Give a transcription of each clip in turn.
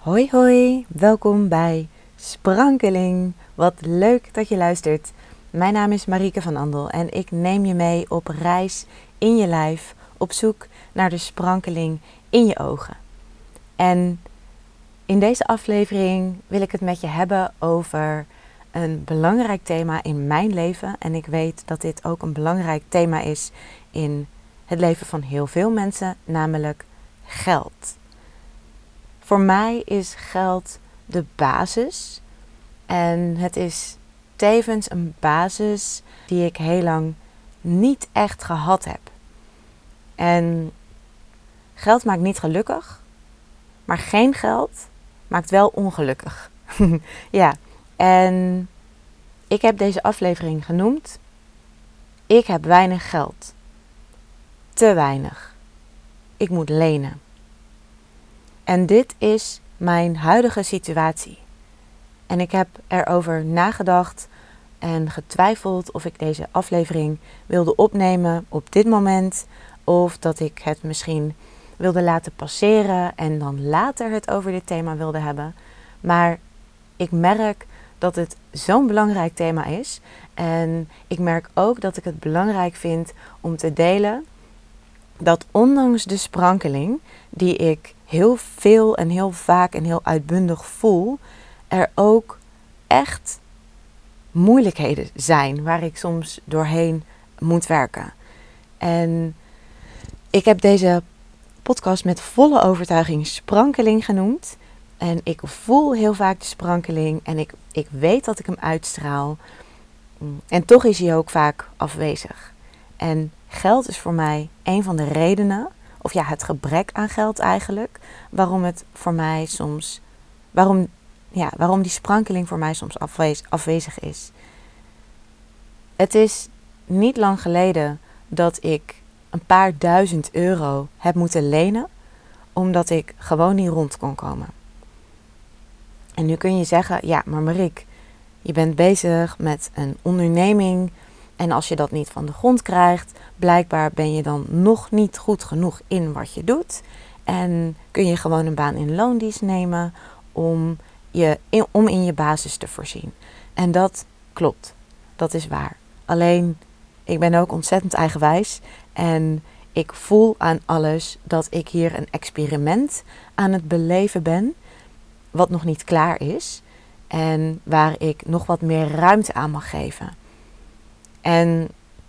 Hoi hoi, welkom bij Sprankeling. Wat leuk dat je luistert. Mijn naam is Marieke van Andel en ik neem je mee op reis in je lijf op zoek naar de sprankeling in je ogen. En in deze aflevering wil ik het met je hebben over een belangrijk thema in mijn leven. En ik weet dat dit ook een belangrijk thema is in het leven van heel veel mensen, namelijk geld. Voor mij is geld de basis en het is tevens een basis die ik heel lang niet echt gehad heb. En geld maakt niet gelukkig, maar geen geld maakt wel ongelukkig. Ja, en ik heb deze aflevering genoemd: ik heb weinig geld. Te weinig. Ik moet lenen. En dit is mijn huidige situatie. En ik heb erover nagedacht en getwijfeld of ik deze aflevering wilde opnemen op dit moment. Of dat ik het misschien wilde laten passeren en dan later het over dit thema wilde hebben. Maar ik merk dat het zo'n belangrijk thema is. En ik merk ook dat ik het belangrijk vind om te delen dat ondanks de sprankeling die ik heel veel en heel vaak en heel uitbundig voel, er ook echt moeilijkheden zijn waar ik soms doorheen moet werken. En ik heb deze podcast met volle overtuiging sprankeling genoemd. En ik voel heel vaak de sprankeling en ik weet dat ik hem uitstraal. En toch is hij ook vaak afwezig. En geld is voor mij een van de redenen, of ja, het gebrek aan geld eigenlijk, waarom die sprankeling voor mij soms afwezig is. Het is niet lang geleden dat ik een paar €1000 heb moeten lenen, omdat ik gewoon niet rond kon komen. En nu kun je zeggen, ja, maar Marieke, je bent bezig met een onderneming en als je dat niet van de grond krijgt, blijkbaar ben je dan nog niet goed genoeg in wat je doet. En kun je gewoon een baan in loondienst nemen om in je basis te voorzien. En dat klopt, dat is waar. Alleen, ik ben ook ontzettend eigenwijs en ik voel aan alles dat ik hier een experiment aan het beleven ben, wat nog niet klaar is. En waar ik nog wat meer ruimte aan mag geven. En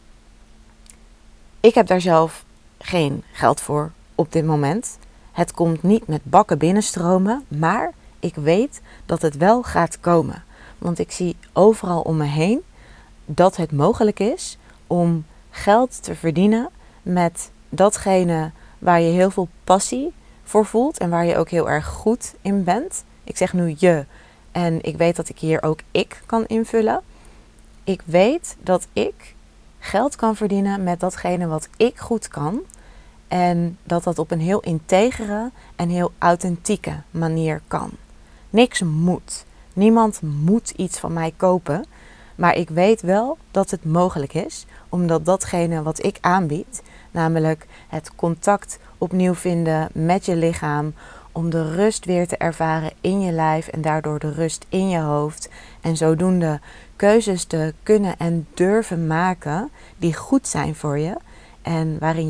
ik heb daar zelf geen geld voor op dit moment. Het komt niet met bakken binnenstromen. Maar ik weet dat het wel gaat komen. Want ik zie overal om me heen dat het mogelijk is om geld te verdienen met datgene waar je heel veel passie voor voelt. En waar je ook heel erg goed in bent. Ik zeg nu je. En ik weet dat ik hier ook ik kan invullen. Ik weet dat ik geld kan verdienen met datgene wat ik goed kan. En dat dat op een heel integere en heel authentieke manier kan. Niks moet. Niemand moet iets van mij kopen. Maar ik weet wel dat het mogelijk is. Omdat datgene wat ik aanbied, namelijk het contact opnieuw vinden met je lichaam, om de rust weer te ervaren in je lijf en daardoor de rust in je hoofd. En zodoende keuzes te kunnen en durven maken die goed zijn voor je. En waarin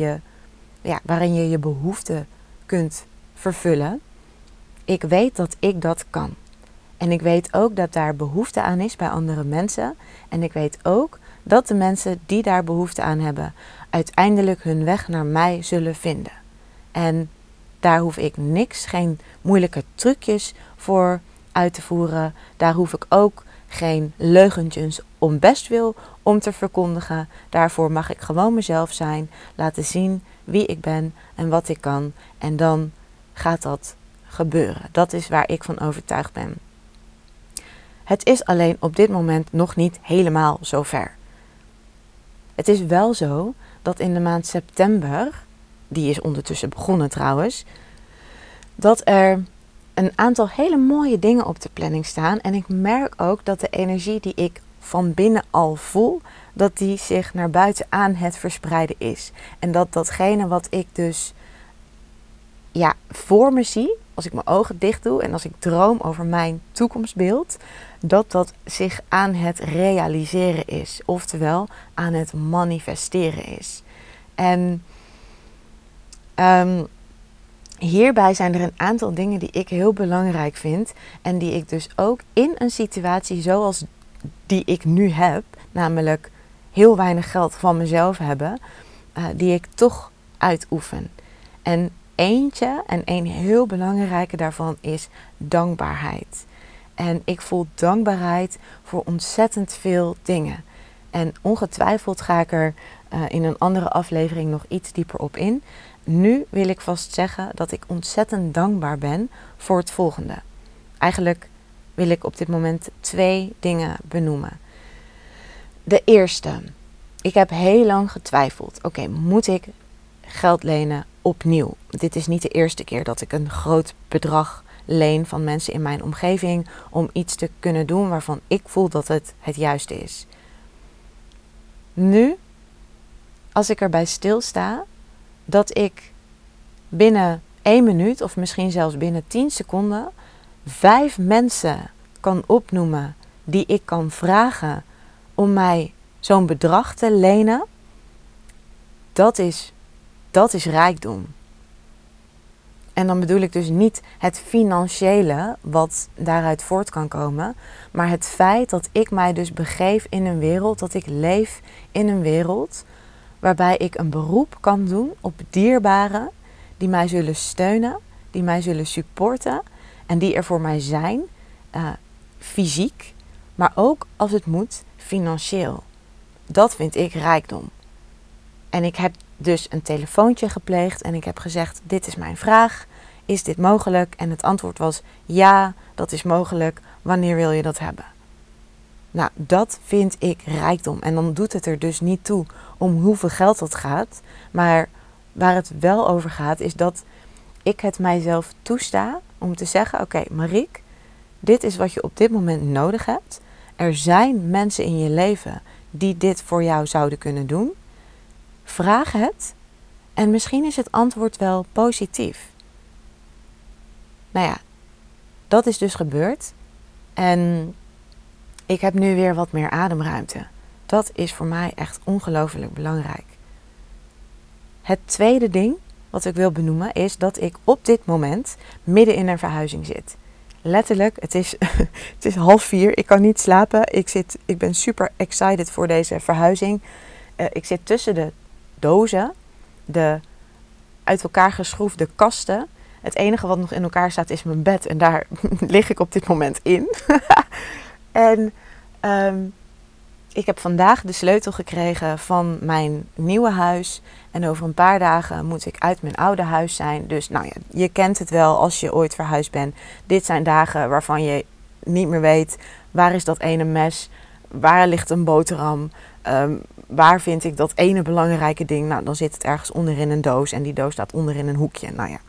je je behoeften kunt vervullen. Ik weet dat ik dat kan. En ik weet ook dat daar behoefte aan is bij andere mensen. En ik weet ook dat de mensen die daar behoefte aan hebben, uiteindelijk hun weg naar mij zullen vinden. En daar hoef ik geen moeilijke trucjes voor uit te voeren. Daar hoef ik ook geen leugentjes om bestwil om te verkondigen. Daarvoor mag ik gewoon mezelf zijn, laten zien wie ik ben en wat ik kan. En dan gaat dat gebeuren. Dat is waar ik van overtuigd ben. Het is alleen op dit moment nog niet helemaal zover. Het is wel zo dat in de maand september, die is ondertussen begonnen trouwens, dat er een aantal hele mooie dingen op de planning staan. En ik merk ook dat de energie die ik van binnen al voel, dat die zich naar buiten aan het verspreiden is. En dat datgene wat ik dus voor me zie, als ik mijn ogen dicht doe en als ik droom over mijn toekomstbeeld, dat zich aan het realiseren is. Oftewel aan het manifesteren is. En hierbij zijn er een aantal dingen die ik heel belangrijk vind. En die ik dus ook in een situatie zoals die ik nu heb, namelijk heel weinig geld van mezelf hebben, die ik toch uitoefen. En een heel belangrijke daarvan is dankbaarheid. En ik voel dankbaarheid voor ontzettend veel dingen. En ongetwijfeld ga ik er in een andere aflevering nog iets dieper op in. Nu wil ik vast zeggen dat ik ontzettend dankbaar ben voor het volgende. Eigenlijk wil ik op dit moment 2 dingen benoemen. De eerste. Ik heb heel lang getwijfeld. Oké, moet ik geld lenen opnieuw? Dit is niet de eerste keer dat ik een groot bedrag leen van mensen in mijn omgeving om iets te kunnen doen waarvan ik voel dat het juiste is. Nu, als ik erbij stilsta, dat ik binnen 1 minuut of misschien zelfs binnen 10 seconden 5 mensen kan opnoemen die ik kan vragen om mij zo'n bedrag te lenen, dat is rijkdom. En dan bedoel ik dus niet het financiële wat daaruit voort kan komen, maar het feit dat ik mij dus begeef in een wereld, dat ik leef in een wereld waarbij ik een beroep kan doen op dierbaren die mij zullen steunen, die mij zullen supporten en die er voor mij zijn, fysiek, maar ook als het moet, financieel. Dat vind ik rijkdom. En ik heb dus een telefoontje gepleegd en ik heb gezegd, dit is mijn vraag, is dit mogelijk? En het antwoord was, ja, dat is mogelijk, wanneer wil je dat hebben? Nou, dat vind ik rijkdom. En dan doet het er dus niet toe om hoeveel geld dat gaat, maar waar het wel over gaat is dat ik het mijzelf toesta om te zeggen, oké, Marieke, dit is wat je op dit moment nodig hebt. Er zijn mensen in je leven die dit voor jou zouden kunnen doen. Vraag het en misschien is het antwoord wel positief. Nou ja, dat is dus gebeurd. En ik heb nu weer wat meer ademruimte. Dat is voor mij echt ongelooflijk belangrijk. Het tweede ding wat ik wil benoemen is dat ik op dit moment midden in een verhuizing zit. Letterlijk, het is 3:30. Ik kan niet slapen. Ik ben super excited voor deze verhuizing. Ik zit tussen de dozen, de uit elkaar geschroefde kasten. Het enige wat nog in elkaar staat is mijn bed en daar lig ik op dit moment in. En ik heb vandaag de sleutel gekregen van mijn nieuwe huis. En over een paar dagen moet ik uit mijn oude huis zijn. Dus nou ja, je kent het wel als je ooit verhuisd bent. Dit zijn dagen waarvan je niet meer weet, waar is dat ene mes? Waar ligt een boterham? Waar vind ik dat ene belangrijke ding? Nou, dan zit het ergens onderin een doos en die doos staat onderin een hoekje. Nou ja.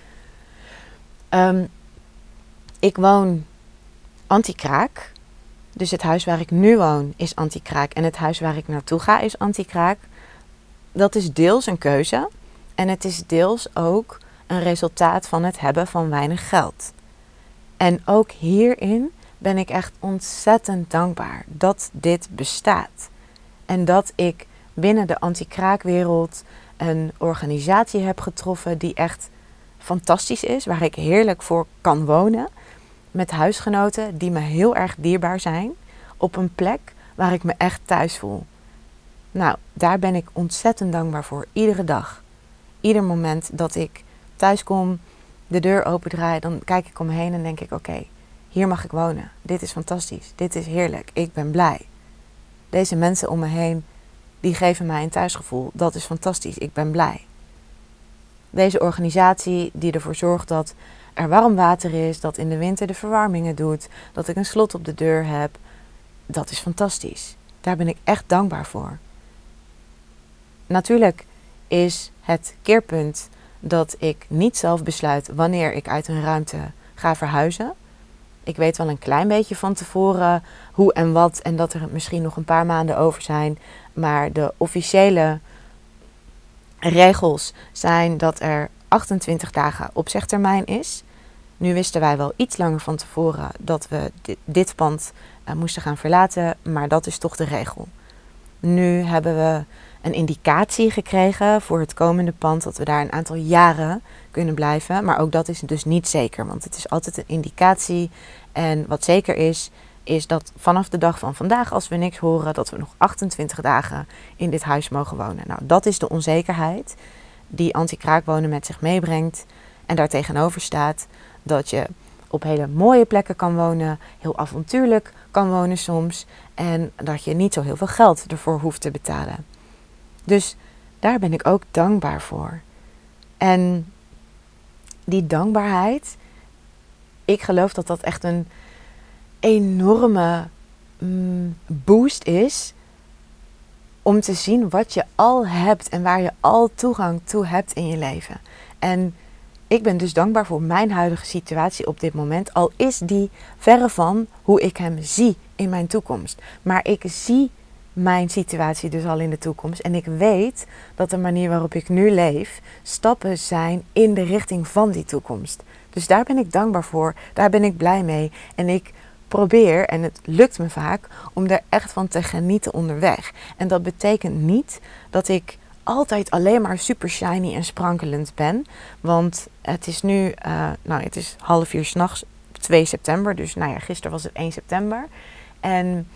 Ik woon anti-kraak. Dus het huis waar ik nu woon is anti-kraak en het huis waar ik naartoe ga is anti-kraak. Dat is deels een keuze en het is deels ook een resultaat van het hebben van weinig geld. En ook hierin ben ik echt ontzettend dankbaar dat dit bestaat. En dat ik binnen de anti-kraakwereld een organisatie heb getroffen die echt fantastisch is, waar ik heerlijk voor kan wonen. Met huisgenoten die me heel erg dierbaar zijn. Op een plek waar ik me echt thuis voel. Nou, daar ben ik ontzettend dankbaar voor. Iedere dag. Ieder moment dat ik thuis kom, de deur opendraai, dan kijk ik om me heen en denk ik, oké, hier mag ik wonen. Dit is fantastisch. Dit is heerlijk. Ik ben blij. Deze mensen om me heen, die geven mij een thuisgevoel. Dat is fantastisch. Ik ben blij. Deze organisatie die ervoor zorgt dat er warm water is, dat in de winter de verwarmingen doet, dat ik een slot op de deur heb, dat is fantastisch. Daar ben ik echt dankbaar voor. Natuurlijk is het keerpunt dat ik niet zelf besluit wanneer ik uit een ruimte ga verhuizen. Ik weet wel een klein beetje van tevoren hoe en wat en dat er misschien nog een paar maanden over zijn, maar de officiële regels zijn dat er 28 dagen opzegtermijn is. Nu wisten wij wel iets langer van tevoren dat we dit pand moesten gaan verlaten, maar dat is toch de regel. Nu hebben we een indicatie gekregen voor het komende pand dat we daar een aantal jaren kunnen blijven. Maar ook dat is dus niet zeker, want het is altijd een indicatie. En wat zeker is dat vanaf de dag van vandaag, als we niks horen, dat we nog 28 dagen in dit huis mogen wonen. Nou, dat is de onzekerheid die anti-kraakwonen met zich meebrengt. En daartegenover staat dat je op hele mooie plekken kan wonen, heel avontuurlijk kan wonen soms. En dat je niet zo heel veel geld ervoor hoeft te betalen. Dus daar ben ik ook dankbaar voor. En die dankbaarheid, ik geloof dat dat echt een enorme boost is om te zien wat je al hebt en waar je al toegang toe hebt in je leven. En ik ben dus dankbaar voor mijn huidige situatie op dit moment, al is die verre van hoe ik hem zie in mijn toekomst. Maar ik zie mijn situatie dus al in de toekomst en ik weet dat de manier waarop ik nu leef stappen zijn in de richting van die toekomst. Dus daar ben ik dankbaar voor, daar ben ik blij mee en ik probeer, en het lukt me vaak, om er echt van te genieten onderweg. En dat betekent niet dat ik altijd alleen maar super shiny en sprankelend ben. Want het is nu, het is 3:30 s'nachts, 2 september. Dus gisteren was het 1 september. En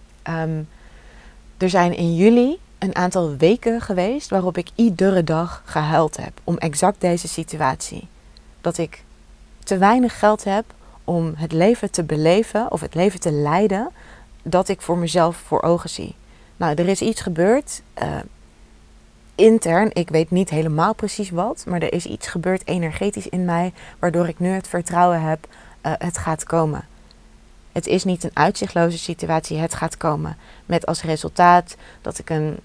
er zijn in juli een aantal weken geweest waarop ik iedere dag gehuild heb. Om exact deze situatie. Dat ik te weinig geld heb om het leven te beleven of het leven te leiden dat ik voor mezelf voor ogen zie. Nou, er is iets gebeurd intern, ik weet niet helemaal precies wat, maar er is iets gebeurd energetisch in mij, waardoor ik nu het vertrouwen heb, het gaat komen. Het is niet een uitzichtloze situatie, het gaat komen. Met als resultaat dat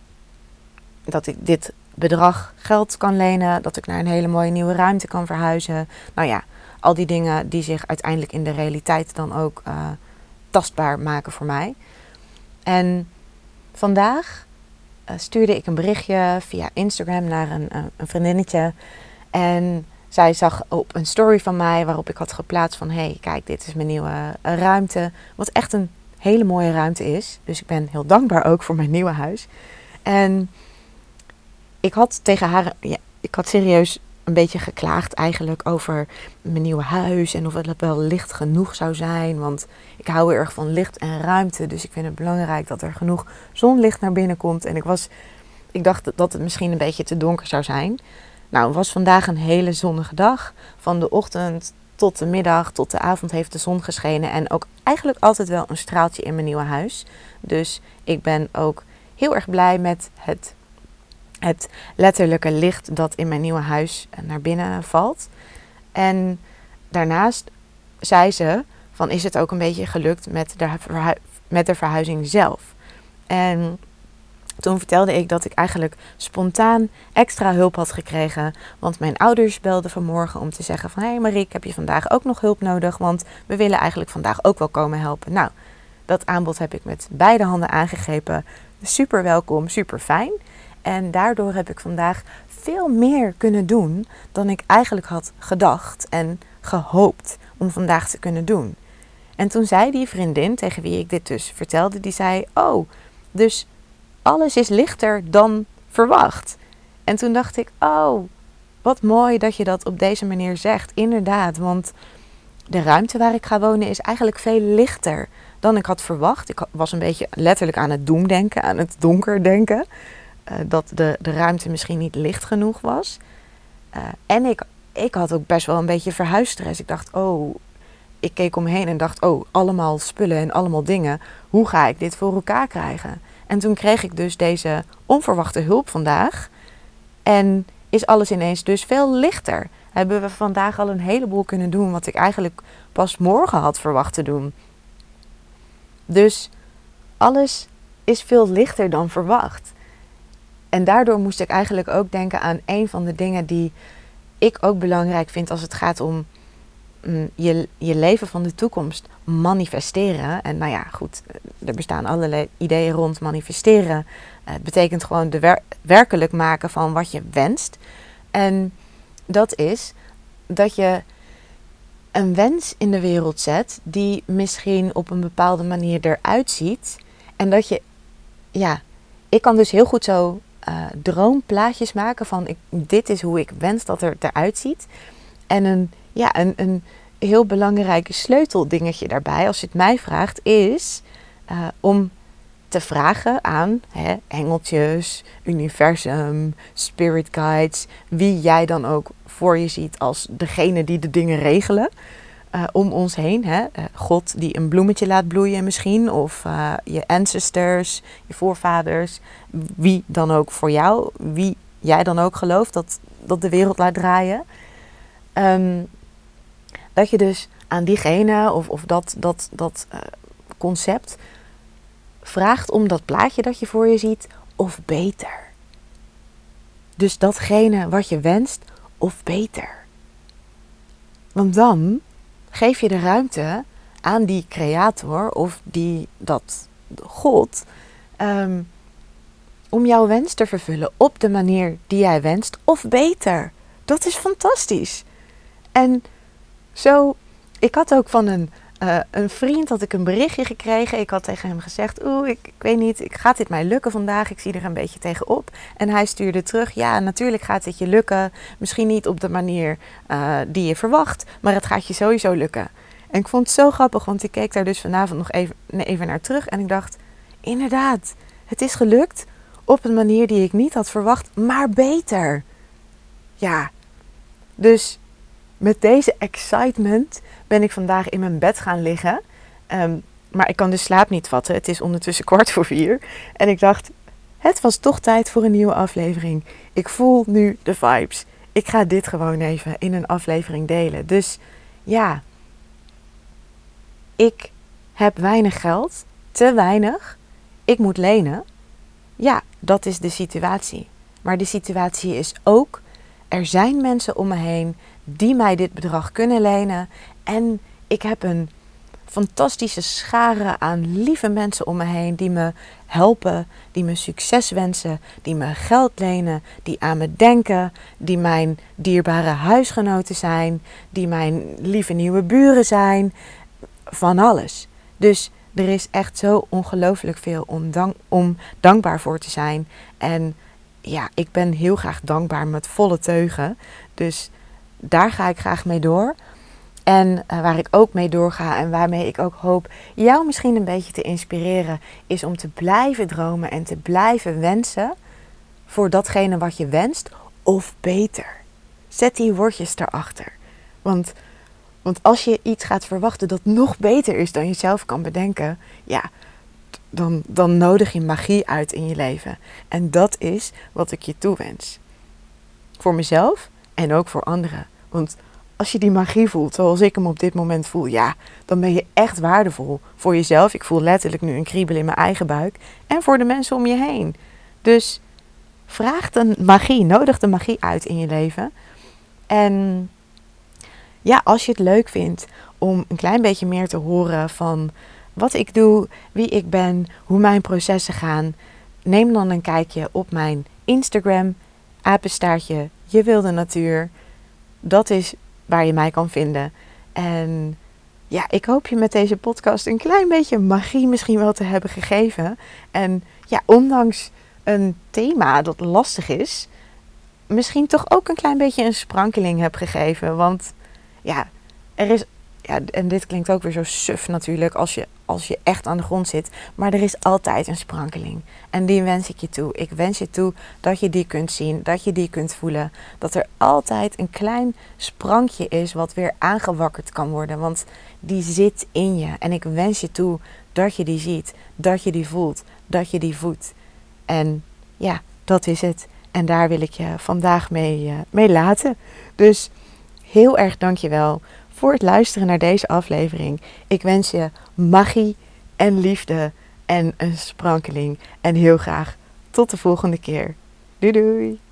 ik dit bedrag geld kan lenen, dat ik naar een hele mooie nieuwe ruimte kan verhuizen. Nou ja, al die dingen die zich uiteindelijk in de realiteit dan ook tastbaar maken voor mij. En vandaag stuurde ik een berichtje via Instagram naar een vriendinnetje. En zij zag op een story van mij waarop ik had geplaatst van hey, kijk, dit is mijn nieuwe ruimte. Wat echt een hele mooie ruimte is. Dus ik ben heel dankbaar ook voor mijn nieuwe huis. En ik had tegen haar, ik had serieus een beetje geklaagd eigenlijk over mijn nieuwe huis. En of het wel licht genoeg zou zijn. Want ik hou heel erg van licht en ruimte. Dus ik vind het belangrijk dat er genoeg zonlicht naar binnen komt. En ik dacht dat het misschien een beetje te donker zou zijn. Nou, het was vandaag een hele zonnige dag. Van de ochtend tot de middag, tot de avond heeft de zon geschenen. En ook eigenlijk altijd wel een straaltje in mijn nieuwe huis. Dus ik ben ook heel erg blij met het letterlijke licht dat in mijn nieuwe huis naar binnen valt. En daarnaast zei ze van is het ook een beetje gelukt met de verhuizing zelf. En toen vertelde ik dat ik eigenlijk spontaan extra hulp had gekregen. Want mijn ouders belden vanmorgen om te zeggen van hey Marieke, heb je vandaag ook nog hulp nodig? Want we willen eigenlijk vandaag ook wel komen helpen. Nou, dat aanbod heb ik met beide handen aangegrepen. Super welkom, super fijn. En daardoor heb ik vandaag veel meer kunnen doen dan ik eigenlijk had gedacht en gehoopt om vandaag te kunnen doen. En toen zei die vriendin tegen wie ik dit dus vertelde, die zei, oh, dus alles is lichter dan verwacht. En toen dacht ik, oh, wat mooi dat je dat op deze manier zegt. Inderdaad, want de ruimte waar ik ga wonen is eigenlijk veel lichter dan ik had verwacht. Ik was een beetje letterlijk aan het doemdenken, aan het donker denken. Dat de ruimte misschien niet licht genoeg was. En ik had ook best wel een beetje verhuisstress. Ik dacht, ik keek omheen en dacht, allemaal spullen en allemaal dingen. Hoe ga ik dit voor elkaar krijgen? En toen kreeg ik dus deze onverwachte hulp vandaag. En is alles ineens dus veel lichter. Hebben we vandaag al een heleboel kunnen doen wat ik eigenlijk pas morgen had verwacht te doen. Dus alles is veel lichter dan verwacht. En daardoor moest ik eigenlijk ook denken aan een van de dingen die ik ook belangrijk vind als het gaat om je leven van de toekomst manifesteren. En nou ja, goed, er bestaan allerlei ideeën rond manifesteren. Het betekent gewoon werkelijk maken van wat je wenst. En dat is dat je een wens in de wereld zet die misschien op een bepaalde manier eruit ziet. En dat je, ik kan dus heel goed zo droomplaatjes maken van dit is hoe ik wens dat het eruit ziet. En een heel belangrijk sleuteldingetje daarbij, als je het mij vraagt, is om te vragen aan engeltjes, universum, spirit guides, wie jij dan ook voor je ziet als degene die de dingen regelen om ons heen. God die een bloemetje laat bloeien misschien, of je ancestors, je voorvaders, wie dan ook voor jou, wie jij dan ook gelooft dat de wereld laat draaien. Dat je dus aan diegene of dat concept vraagt om dat plaatje dat je voor je ziet, of beter. Dus datgene wat je wenst, of beter. Want dan geef je de ruimte aan die creator of dat God om jouw wens te vervullen op de manier die jij wenst, of beter. Dat is fantastisch. En zo, ik had ook van een vriend had ik een berichtje gekregen. Ik had tegen hem gezegd, ik weet niet, gaat dit mij lukken vandaag? Ik zie er een beetje tegenop. En hij stuurde terug, ja, natuurlijk gaat dit je lukken. Misschien niet op de manier die je verwacht, maar het gaat je sowieso lukken. En ik vond het zo grappig, want ik keek daar dus vanavond nog even naar terug. En ik dacht, inderdaad, het is gelukt op een manier die ik niet had verwacht, maar beter. Ja, dus met deze excitement ben ik vandaag in mijn bed gaan liggen. Maar ik kan de slaap niet vatten. Het is ondertussen 3:15. En ik dacht, het was toch tijd voor een nieuwe aflevering. Ik voel nu de vibes. Ik ga dit gewoon even in een aflevering delen. Dus ja, ik heb weinig geld. Te weinig. Ik moet lenen. Ja, dat is de situatie. Maar de situatie is ook, er zijn mensen om me heen die mij dit bedrag kunnen lenen. En ik heb een fantastische schare aan lieve mensen om me heen die me helpen, die me succes wensen, die me geld lenen, die aan me denken, die mijn dierbare huisgenoten zijn, die mijn lieve nieuwe buren zijn. Van alles. Dus er is echt zo ongelooflijk veel om dankbaar voor te zijn. En ja, ik ben heel graag dankbaar met volle teugen. Dus daar ga ik graag mee door. En waar ik ook mee doorga en waarmee ik ook hoop jou misschien een beetje te inspireren, is om te blijven dromen en te blijven wensen voor datgene wat je wenst, of beter. Zet die woordjes erachter. Want als je iets gaat verwachten dat nog beter is dan je zelf kan bedenken, ja, dan nodig je magie uit in je leven. En dat is wat ik je toewens. Voor mezelf en ook voor anderen. Want als je die magie voelt, zoals ik hem op dit moment voel, ja, dan ben je echt waardevol voor jezelf. Ik voel letterlijk nu een kriebel in mijn eigen buik. En voor de mensen om je heen. Dus vraag de magie, nodig de magie uit in je leven. En ja, als je het leuk vindt om een klein beetje meer te horen van wat ik doe, wie ik ben, hoe mijn processen gaan, neem dan een kijkje op mijn Instagram, apenstaartje Je Wilde Natuur. Dat is waar je mij kan vinden. En ja, ik hoop je met deze podcast een klein beetje magie misschien wel te hebben gegeven. En ja, ondanks een thema dat lastig is, misschien toch ook een klein beetje een sprankeling heb gegeven. Want ja, er is, ja, en dit klinkt ook weer zo suf natuurlijk als je echt aan de grond zit. Maar er is altijd een sprankeling. En die wens ik je toe. Ik wens je toe dat je die kunt zien, dat je die kunt voelen. Dat er altijd een klein sprankje is wat weer aangewakkerd kan worden. Want die zit in je. En ik wens je toe dat je die ziet, dat je die voelt, dat je die voedt. En ja, dat is het. En daar wil ik je vandaag mee laten. Dus heel erg dankjewel voor het luisteren naar deze aflevering. Ik wens je magie en liefde en een sprankeling. En heel graag tot de volgende keer. Doei doei!